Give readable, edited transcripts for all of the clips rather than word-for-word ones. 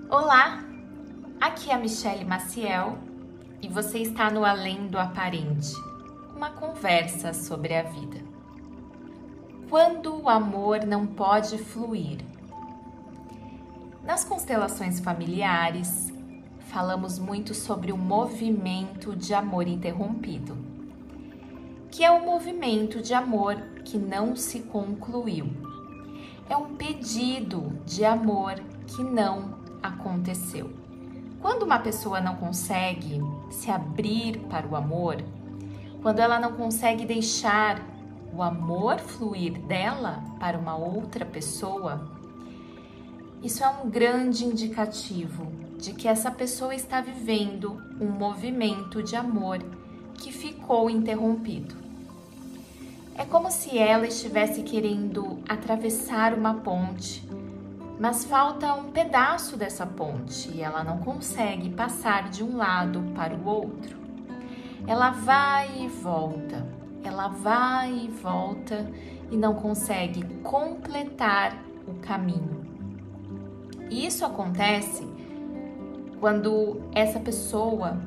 Olá, aqui é a Michelle Maciel e você está no Além do Aparente, uma conversa sobre a vida. Quando o amor não pode fluir. Nas constelações familiares, falamos muito sobre o movimento de amor interrompido, que é um movimento de amor que não se concluiu. É um pedido de amor que não aconteceu. Quando uma pessoa não consegue se abrir para o amor, quando ela não consegue deixar o amor fluir dela para uma outra pessoa, isso é um grande indicativo de que essa pessoa está vivendo um movimento de amor que ficou interrompido. É como se ela estivesse querendo atravessar uma ponte, mas falta um pedaço dessa ponte e ela não consegue passar de um lado para o outro. Ela vai e volta, e não consegue completar o caminho. E isso acontece quando essa pessoa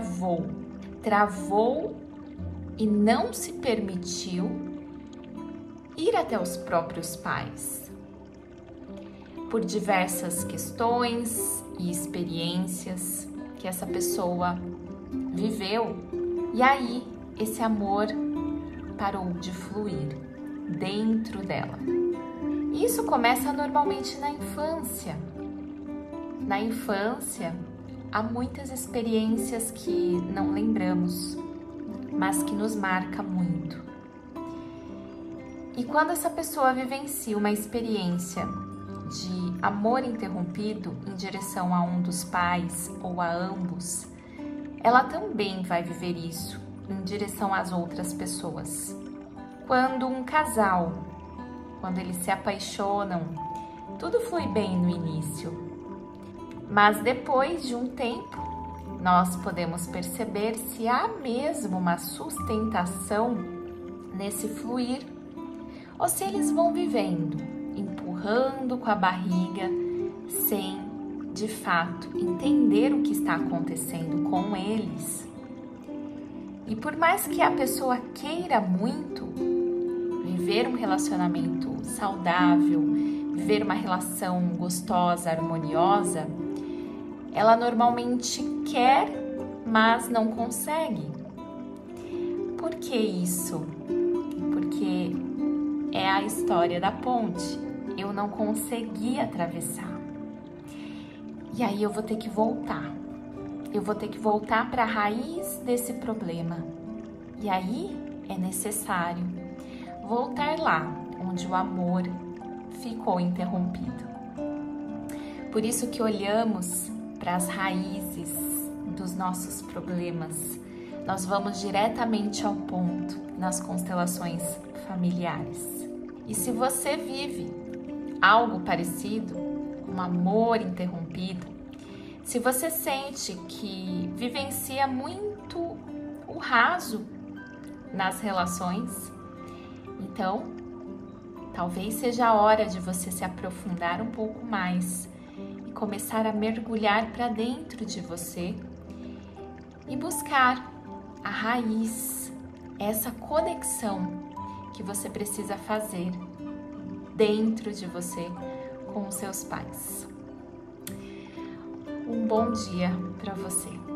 travou e não se permitiu ir até os próprios pais. Por diversas questões e experiências que essa pessoa viveu, e aí esse amor parou de fluir dentro dela. Isso começa normalmente na infância. Na infância, há muitas experiências que não lembramos, mas que nos marca muito. E quando essa pessoa vivencia uma experiência de amor interrompido em direção a um dos pais ou a ambos, ela também vai viver isso em direção às outras pessoas. Quando um casal, quando eles se apaixonam, tudo flui bem no início, mas depois de um tempo, nós podemos perceber se há mesmo uma sustentação nesse fluir ou se eles vão vivendo, empurrando com a barriga, sem, de fato, entender o que está acontecendo com eles. E por mais que a pessoa queira muito viver um relacionamento saudável, viver uma relação gostosa, harmoniosa, ela normalmente quer, mas não consegue. Por que isso? Porque é a história da ponte. Eu não consegui atravessar. E aí eu vou ter que voltar. Eu vou ter que voltar para a raiz desse problema. E aí é necessário voltar lá onde o amor ficou interrompido. Por isso que olhamos para as raízes dos nossos problemas. Nós vamos diretamente ao ponto nas constelações familiares. E se você vive algo parecido, um amor interrompido, se você sente que vivencia muito o raso nas relações, então talvez seja a hora de você se aprofundar um pouco mais e começar a mergulhar para dentro de você e buscar a raiz, essa conexão que você precisa fazer dentro de você com os seus pais. Um bom dia para você.